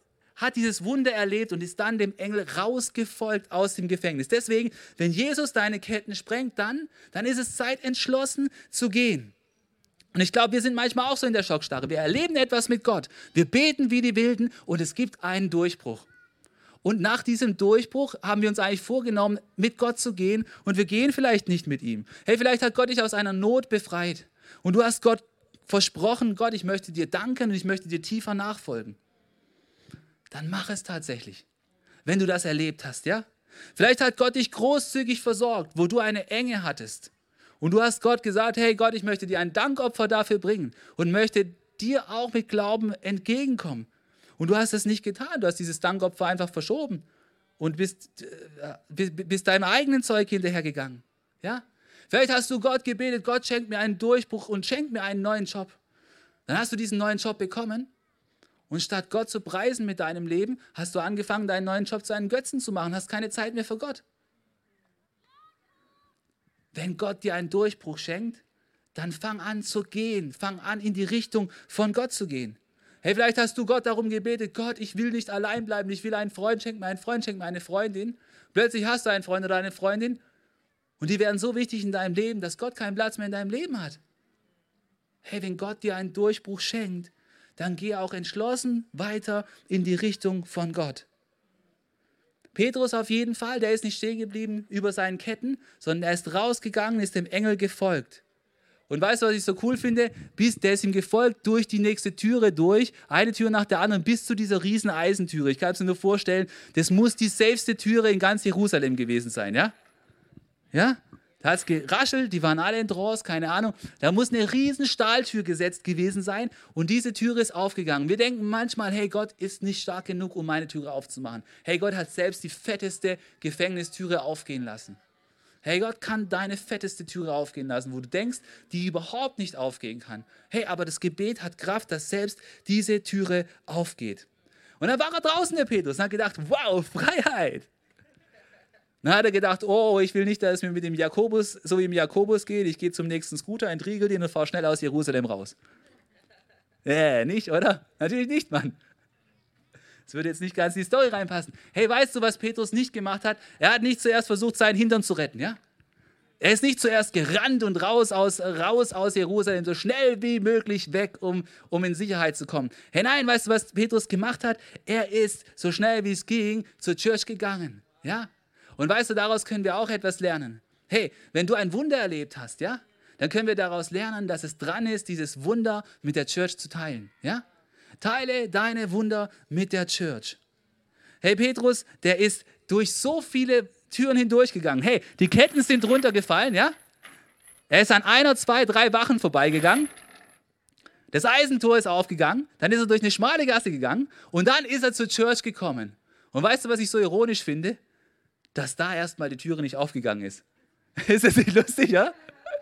B: hat dieses Wunder erlebt und ist dann dem Engel rausgefolgt aus dem Gefängnis. Deswegen, wenn Jesus deine Ketten sprengt, dann, dann ist es Zeit, entschlossen zu gehen. Und ich glaube, wir sind manchmal auch so in der Schockstarre. Wir erleben etwas mit Gott. Wir beten wie die Wilden und es gibt einen Durchbruch. Und nach diesem Durchbruch haben wir uns eigentlich vorgenommen, mit Gott zu gehen und wir gehen vielleicht nicht mit ihm. Hey, vielleicht hat Gott dich aus einer Not befreit und du hast Gott versprochen, Gott, ich möchte dir danken und ich möchte dir tiefer nachfolgen. Dann mach es tatsächlich, wenn du das erlebt hast, ja? Vielleicht hat Gott dich großzügig versorgt, wo du eine Enge hattest. Und du hast Gott gesagt, hey Gott, ich möchte dir ein Dankopfer dafür bringen und möchte dir auch mit Glauben entgegenkommen. Und du hast es nicht getan, du hast dieses Dankopfer einfach verschoben und bist, äh, bist, bist deinem eigenen Zeug hinterhergegangen. Ja? Vielleicht hast du Gott gebetet, Gott schenkt mir einen Durchbruch und schenkt mir einen neuen Job. Dann hast du diesen neuen Job bekommen und statt Gott zu preisen mit deinem Leben, hast du angefangen, deinen neuen Job zu einem Götzen zu machen, hast keine Zeit mehr für Gott. Wenn Gott dir einen Durchbruch schenkt, dann fang an zu gehen, fang an in die Richtung von Gott zu gehen. Hey, vielleicht hast du Gott darum gebetet, Gott, ich will nicht allein bleiben, ich will einen Freund, schenk mir einen Freund, schenk mir eine Freundin. Plötzlich hast du einen Freund oder eine Freundin und die werden so wichtig in deinem Leben, dass Gott keinen Platz mehr in deinem Leben hat. Hey, wenn Gott dir einen Durchbruch schenkt, dann geh auch entschlossen weiter in die Richtung von Gott. Petrus auf jeden Fall, der ist nicht stehen geblieben über seinen Ketten, sondern er ist rausgegangen, ist dem Engel gefolgt. Und weißt du, was ich so cool finde? Bis, der ist ihm gefolgt durch die nächste Türe durch, eine Tür nach der anderen, bis zu dieser riesen Eisentüre. Ich kann es mir nur vorstellen, das muss die safeste Türe in ganz Jerusalem gewesen sein, ja? Ja? Da hat es geraschelt, die waren alle in Trance, keine Ahnung. Da muss eine riesen Stahltür gesetzt gewesen sein und diese Türe ist aufgegangen. Wir denken manchmal, hey, Gott ist nicht stark genug, um meine Türe aufzumachen. Hey, Gott hat selbst die fetteste Gefängnistüre aufgehen lassen. Hey, Gott kann deine fetteste Türe aufgehen lassen, wo du denkst, die überhaupt nicht aufgehen kann. Hey, aber das Gebet hat Kraft, dass selbst diese Türe aufgeht. Und dann war er draußen, der Petrus, und hat gedacht, wow, Freiheit. Dann hat er gedacht, oh, ich will nicht, dass es mir mit dem Jakobus, so wie im Jakobus geht, ich gehe zum nächsten Scooter, entriegel den und fahre schnell aus Jerusalem raus. Äh, nicht, oder? Natürlich nicht, Mann. Das würde jetzt nicht ganz in die Story reinpassen. Hey, weißt du, was Petrus nicht gemacht hat? Er hat nicht zuerst versucht, seinen Hintern zu retten, ja? Er ist nicht zuerst gerannt und raus aus, raus aus Jerusalem, so schnell wie möglich weg, um, um in Sicherheit zu kommen. Hey, nein, weißt du, was Petrus gemacht hat? Er ist so schnell wie es ging zur Church gegangen, ja? Und weißt du, daraus können wir auch etwas lernen. Hey, wenn du ein Wunder erlebt hast, ja? Dann können wir daraus lernen, dass es dran ist, dieses Wunder mit der Church zu teilen, ja? Teile deine Wunder mit der Church. Hey, Petrus, der ist durch so viele Türen hindurchgegangen. Hey, die Ketten sind runtergefallen, ja? Er ist an einer, zwei, drei Wachen vorbeigegangen. Das Eisentor ist aufgegangen. Dann ist er durch eine schmale Gasse gegangen. Und dann ist er zur Church gekommen. Und weißt du, was ich so ironisch finde? Dass da erstmal die Türe nicht aufgegangen ist. Ist das nicht lustig, ja?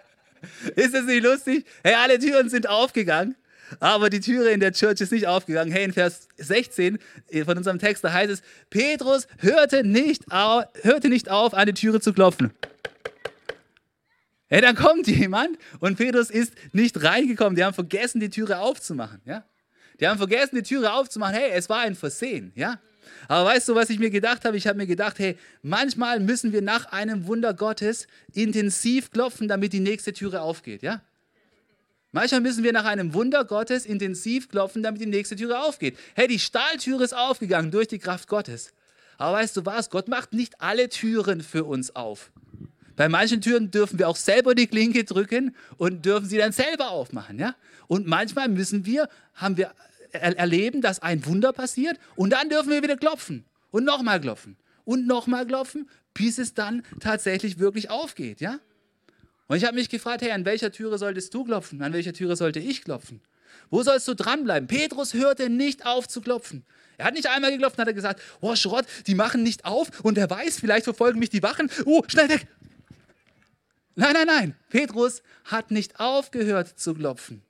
B: Ist das nicht lustig? Hey, alle Türen sind aufgegangen. Aber die Türe in der Church ist nicht aufgegangen. Hey, in Vers sechzehn von unserem Text, da heißt es, Petrus hörte nicht auf, hörte nicht auf, an die Türe zu klopfen. Hey, dann kommt jemand und Petrus ist nicht reingekommen. Die haben vergessen, die Türe aufzumachen. Ja? Die haben vergessen, die Türe aufzumachen. Hey, es war ein Versehen. Ja? Aber weißt du, was ich mir gedacht habe? Ich habe mir gedacht, hey, manchmal müssen wir nach einem Wunder Gottes intensiv klopfen, damit die nächste Türe aufgeht. Ja? Manchmal müssen wir nach einem Wunder Gottes intensiv klopfen, damit die nächste Türe aufgeht. Hey, die Stahltüre ist aufgegangen durch die Kraft Gottes. Aber weißt du was? Gott macht nicht alle Türen für uns auf. Bei manchen Türen dürfen wir auch selber die Klinke drücken und dürfen sie dann selber aufmachen. Ja? Und manchmal müssen wir, haben wir er- erleben, dass ein Wunder passiert und dann dürfen wir wieder klopfen und nochmal klopfen und nochmal klopfen, bis es dann tatsächlich wirklich aufgeht. Ja? Und ich habe mich gefragt, hey, an welcher Türe solltest du klopfen? An welcher Türe sollte ich klopfen? Wo sollst du dranbleiben? Petrus hörte nicht auf zu klopfen. Er hat nicht einmal geklopft und hat gesagt, oh Schrott, die machen nicht auf und wer weiß, vielleicht verfolgen mich die Wachen. Oh, schnell weg. Nein, nein, nein. Petrus hat nicht aufgehört zu klopfen.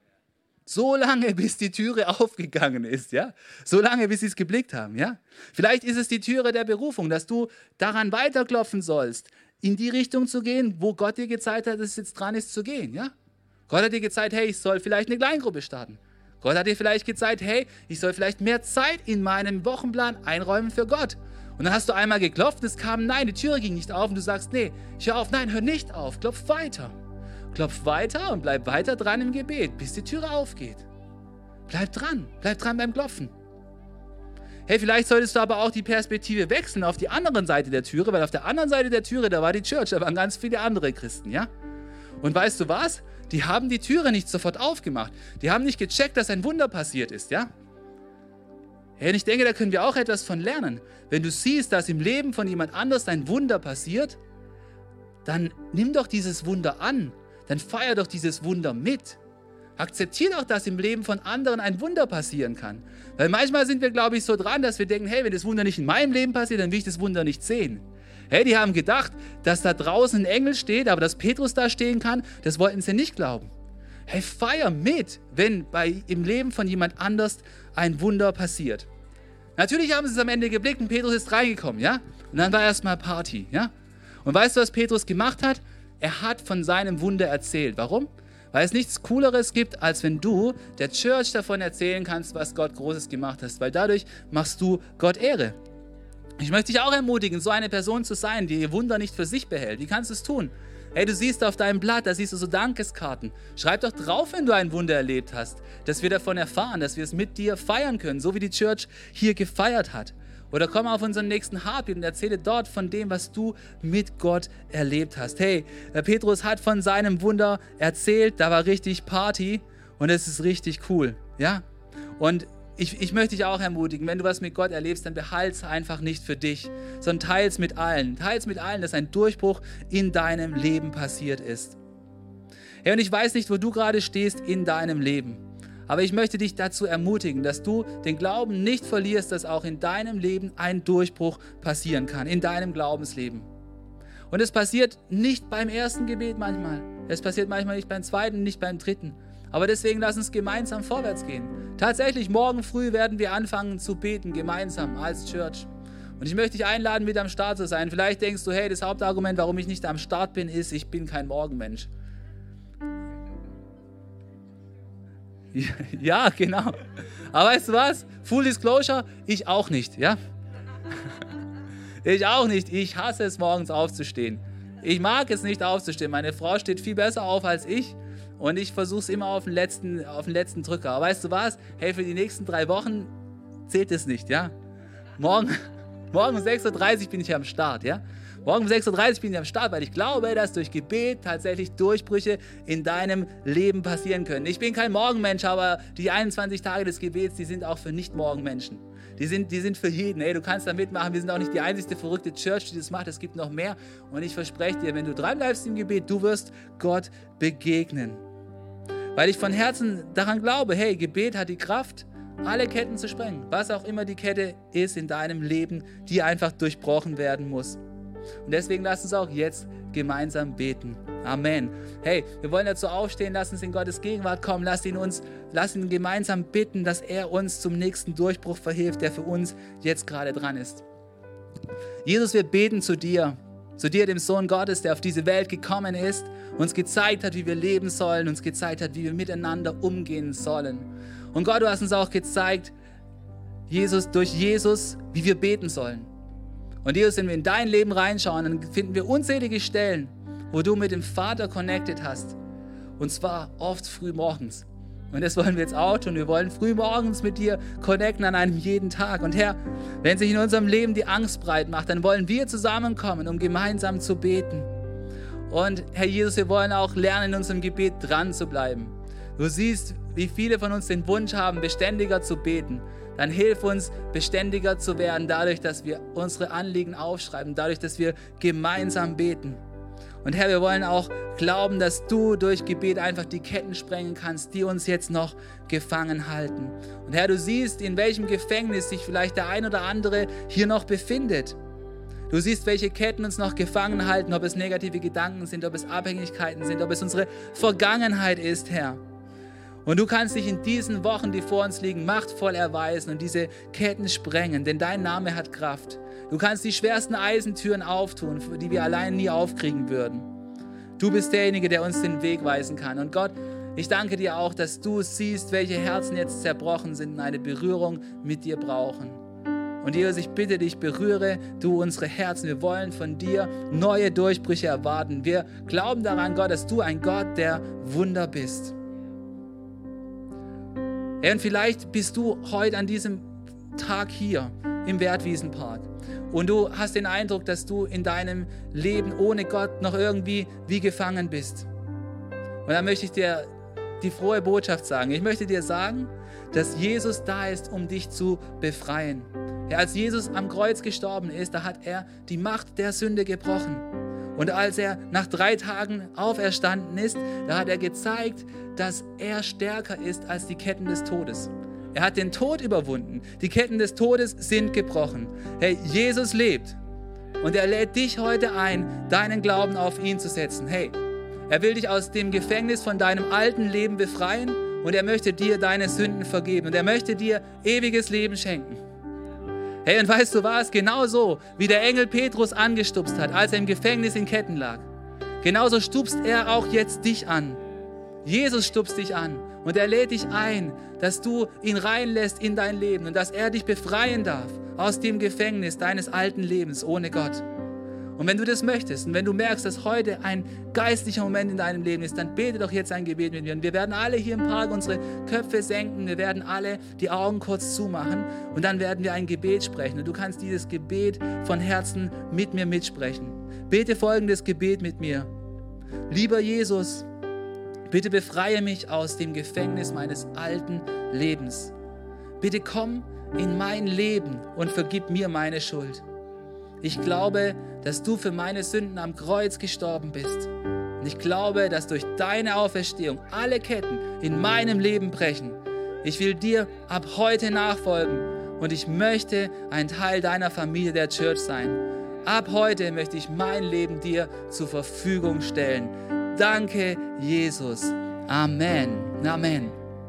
B: So lange, bis die Türe aufgegangen ist, ja? So lange, bis sie es geblickt haben, ja? Vielleicht ist es die Türe der Berufung, dass du daran weiterklopfen sollst, in die Richtung zu gehen, wo Gott dir gezeigt hat, dass es jetzt dran ist zu gehen, ja? Gott hat dir gezeigt, hey, ich soll vielleicht eine Kleingruppe starten. Gott hat dir vielleicht gezeigt, hey, ich soll vielleicht mehr Zeit in meinem Wochenplan einräumen für Gott. Und dann hast du einmal geklopft, es kam nein, die Türe ging nicht auf und du sagst, nee, ich hör auf, nein, hör nicht auf, klopf weiter. Klopf weiter und bleib weiter dran im Gebet, bis die Türe aufgeht. Bleib dran, bleib dran beim Klopfen. Hey, vielleicht solltest du aber auch die Perspektive wechseln auf die andere Seite der Türe, weil auf der anderen Seite der Türe, da war die Church, da waren ganz viele andere Christen, ja? Und weißt du was? Die haben die Türe nicht sofort aufgemacht. Die haben nicht gecheckt, dass ein Wunder passiert ist, ja? Hey, und ich denke, da können wir auch etwas von lernen. Wenn du siehst, dass im Leben von jemand anders ein Wunder passiert, dann nimm doch dieses Wunder an. Dann feier doch dieses Wunder mit. Akzeptier doch, dass im Leben von anderen ein Wunder passieren kann. Weil manchmal sind wir, glaube ich, so dran, dass wir denken, hey, wenn das Wunder nicht in meinem Leben passiert, dann will ich das Wunder nicht sehen. Hey, die haben gedacht, dass da draußen ein Engel steht, aber dass Petrus da stehen kann, das wollten sie nicht glauben. Hey, feier mit, wenn bei, im Leben von jemand anders ein Wunder passiert. Natürlich haben sie es am Ende geblickt und Petrus ist reingekommen, ja? Und dann war erstmal Party, ja? Und weißt du, was Petrus gemacht hat? Er hat von seinem Wunder erzählt. Warum? Weil es nichts Cooleres gibt, als wenn du der Church davon erzählen kannst, was Gott Großes gemacht hat. Weil dadurch machst du Gott Ehre. Ich möchte dich auch ermutigen, so eine Person zu sein, die ihr Wunder nicht für sich behält. Wie kannst du es tun? Hey, du siehst auf deinem Blatt, da siehst du so Dankeskarten. Schreib doch drauf, wenn du ein Wunder erlebt hast, dass wir davon erfahren, dass wir es mit dir feiern können, so wie die Church hier gefeiert hat. Oder komm auf unseren nächsten Heartbeat und erzähle dort von dem, was du mit Gott erlebt hast. Hey, Petrus hat von seinem Wunder erzählt, da war richtig Party und es ist richtig cool. Ja? Und ich, ich möchte dich auch ermutigen, wenn du was mit Gott erlebst, dann behalte es einfach nicht für dich, sondern teile es mit allen. Teile es mit allen, dass ein Durchbruch in deinem Leben passiert ist. Hey, und ich weiß nicht, wo du gerade stehst in deinem Leben. Aber ich möchte dich dazu ermutigen, dass du den Glauben nicht verlierst, dass auch in deinem Leben ein Durchbruch passieren kann, in deinem Glaubensleben. Und es passiert nicht beim ersten Gebet manchmal. Es passiert manchmal nicht beim zweiten, nicht beim dritten. Aber deswegen lass uns gemeinsam vorwärts gehen. Tatsächlich, morgen früh werden wir anfangen zu beten, gemeinsam als Church. Und ich möchte dich einladen, mit am Start zu sein. Vielleicht denkst du, hey, das Hauptargument, warum ich nicht am Start bin, ist, ich bin kein Morgenmensch. Ja, genau. Aber weißt du was? Full Disclosure, ich auch nicht, ja? Ich auch nicht. Ich hasse es, morgens aufzustehen. Ich mag es nicht aufzustehen. Meine Frau steht viel besser auf als ich und ich versuche es immer auf den letzten, auf den letzten Drücker. Aber weißt du was? Hey, für die nächsten drei Wochen zählt es nicht, ja? Morgen, morgen um sechs Uhr dreißig bin ich am Start, ja? Morgen um sechs Uhr dreißig bin ich am Start, weil ich glaube, dass durch Gebet tatsächlich Durchbrüche in deinem Leben passieren können. Ich bin kein Morgenmensch, aber die einundzwanzig Tage des Gebets, die sind auch für Nicht-Morgenmenschen. Die sind, die sind für jeden. Hey, du kannst da mitmachen. Wir sind auch nicht die einzigste verrückte Church, die das macht. Es gibt noch mehr. Und ich verspreche dir, wenn du dranbleibst im Gebet, du wirst Gott begegnen. Weil ich von Herzen daran glaube, hey, Gebet hat die Kraft, alle Ketten zu sprengen. Was auch immer die Kette ist in deinem Leben, die einfach durchbrochen werden muss. Und deswegen lass uns auch jetzt gemeinsam beten. Amen. Hey, wir wollen dazu aufstehen, lass uns in Gottes Gegenwart kommen, lass ihn uns, lass ihn gemeinsam bitten, dass er uns zum nächsten Durchbruch verhilft, der für uns jetzt gerade dran ist. Jesus, wir beten zu dir, zu dir, dem Sohn Gottes, der auf diese Welt gekommen ist, uns gezeigt hat, wie wir leben sollen, uns gezeigt hat, wie wir miteinander umgehen sollen. Und Gott, du hast uns auch gezeigt, Jesus, durch Jesus, wie wir beten sollen. Und Jesus, wenn wir in dein Leben reinschauen, dann finden wir unzählige Stellen, wo du mit dem Vater connected hast. Und zwar oft früh morgens. Und das wollen wir jetzt auch tun. Wir wollen früh morgens mit dir connecten an einem jeden Tag. Und Herr, wenn sich in unserem Leben die Angst breit macht, dann wollen wir zusammenkommen, um gemeinsam zu beten. Und Herr Jesus, wir wollen auch lernen, in unserem Gebet dran zu bleiben. Du siehst, wie viele von uns den Wunsch haben, beständiger zu beten. Dann hilf uns, beständiger zu werden, dadurch, dass wir unsere Anliegen aufschreiben, dadurch, dass wir gemeinsam beten. Und Herr, wir wollen auch glauben, dass du durch Gebet einfach die Ketten sprengen kannst, die uns jetzt noch gefangen halten. Und Herr, du siehst, in welchem Gefängnis sich vielleicht der ein oder andere hier noch befindet. Du siehst, welche Ketten uns noch gefangen halten, ob es negative Gedanken sind, ob es Abhängigkeiten sind, ob es unsere Vergangenheit ist, Herr. Und du kannst dich in diesen Wochen, die vor uns liegen, machtvoll erweisen und diese Ketten sprengen, denn dein Name hat Kraft. Du kannst die schwersten Eisentüren auftun, die wir allein nie aufkriegen würden. Du bist derjenige, der uns den Weg weisen kann. Und Gott, Ich danke dir auch, dass du siehst, welche Herzen jetzt zerbrochen sind und eine Berührung mit dir brauchen. Und Jesus, ich bitte dich, berühre du unsere Herzen. Wir wollen von dir neue Durchbrüche erwarten. Wir glauben daran, Gott, dass du ein Gott der Wunder bist. Ja, und vielleicht bist du heute an diesem Tag hier im Wertwiesenpark und du hast den Eindruck, dass du in deinem Leben ohne Gott noch irgendwie wie gefangen bist. Und dann möchte ich dir die frohe Botschaft sagen. Ich möchte dir sagen, dass Jesus da ist, um dich zu befreien. Ja, als Jesus am Kreuz gestorben ist, da hat er die Macht der Sünde gebrochen. Und als er nach drei Tagen auferstanden ist, da hat er gezeigt, dass er stärker ist als die Ketten des Todes. Er hat den Tod überwunden. Die Ketten des Todes sind gebrochen. Hey, Jesus lebt. Und er lädt dich heute ein, deinen Glauben auf ihn zu setzen. Hey, er will dich aus dem Gefängnis von deinem alten Leben befreien und er möchte dir deine Sünden vergeben. Und er möchte dir ewiges Leben schenken. Hey, und weißt du was? Genauso wie der Engel Petrus angestupst hat, als er im Gefängnis in Ketten lag. Genauso stupst er auch jetzt dich an. Jesus stupst dich an und er lädt dich ein, dass du ihn reinlässt in dein Leben und dass er dich befreien darf aus dem Gefängnis deines alten Lebens ohne Gott. Und wenn du das möchtest und wenn du merkst, dass heute ein geistlicher Moment in deinem Leben ist, dann bete doch jetzt ein Gebet mit mir. Und wir werden alle hier im Park unsere Köpfe senken, wir werden alle die Augen kurz zumachen und dann werden wir ein Gebet sprechen. Und du kannst dieses Gebet von Herzen mit mir mitsprechen. Bete folgendes Gebet mit mir. Lieber Jesus, bitte befreie mich aus dem Gefängnis meines alten Lebens. Bitte komm in mein Leben und vergib mir meine Schuld. Ich glaube, dass du für meine Sünden am Kreuz gestorben bist. Und ich glaube, dass durch deine Auferstehung alle Ketten in meinem Leben brechen. Ich will dir ab heute nachfolgen und ich möchte ein Teil deiner Familie der Church sein. Ab heute möchte ich mein Leben dir zur Verfügung stellen. Danke, Jesus. Amen. Amen.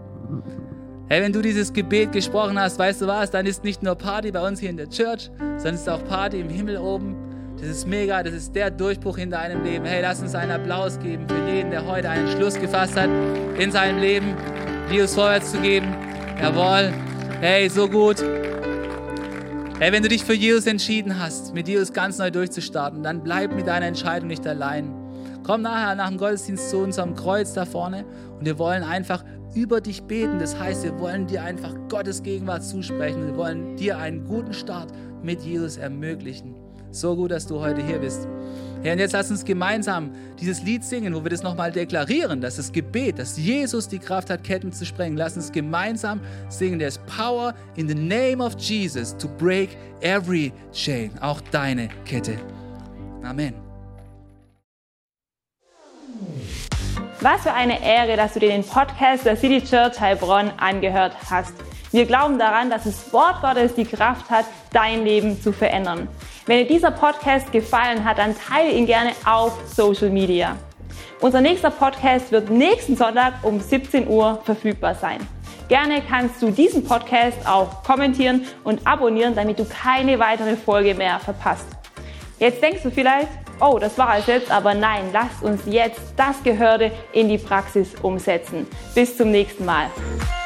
B: Hey, wenn du dieses Gebet gesprochen hast, weißt du was, dann ist nicht nur Party bei uns hier in der Church, sondern es ist auch Party im Himmel oben. Das ist mega, das ist der Durchbruch in deinem Leben. Hey, lass uns einen Applaus geben für jeden, der heute einen Schluss gefasst hat in seinem Leben, Jesus vorwärts zu geben. Jawohl. Hey, so gut. Hey, wenn du dich für Jesus entschieden hast, mit Jesus ganz neu durchzustarten, dann bleib mit deiner Entscheidung nicht allein. Komm nachher nach dem Gottesdienst zu unserem Kreuz da vorne und wir wollen einfach über dich beten. Das heißt, wir wollen dir einfach Gottes Gegenwart zusprechen. Wir wollen dir einen guten Start mit Jesus ermöglichen. So gut, dass du heute hier bist. Herr, und jetzt lass uns gemeinsam dieses Lied singen, wo wir das nochmal deklarieren, dass das Gebet, dass Jesus die Kraft hat, Ketten zu sprengen. Lass uns gemeinsam singen. There's power in the name of Jesus to break every chain. Auch deine Kette. Amen.
A: Was für eine Ehre, dass du dir den Podcast der City Church Heilbronn angehört hast. Wir glauben daran, dass das Wort Gottes die Kraft hat, dein Leben zu verändern. Wenn dir dieser Podcast gefallen hat, dann teile ihn gerne auf Social Media. Unser nächster Podcast wird nächsten Sonntag um siebzehn Uhr verfügbar sein. Gerne kannst du diesen Podcast auch kommentieren und abonnieren, damit du keine weitere Folge mehr verpasst. Jetzt denkst du vielleicht, oh, das war es jetzt, aber nein, lasst uns jetzt das Gehörte in die Praxis umsetzen. Bis zum nächsten Mal.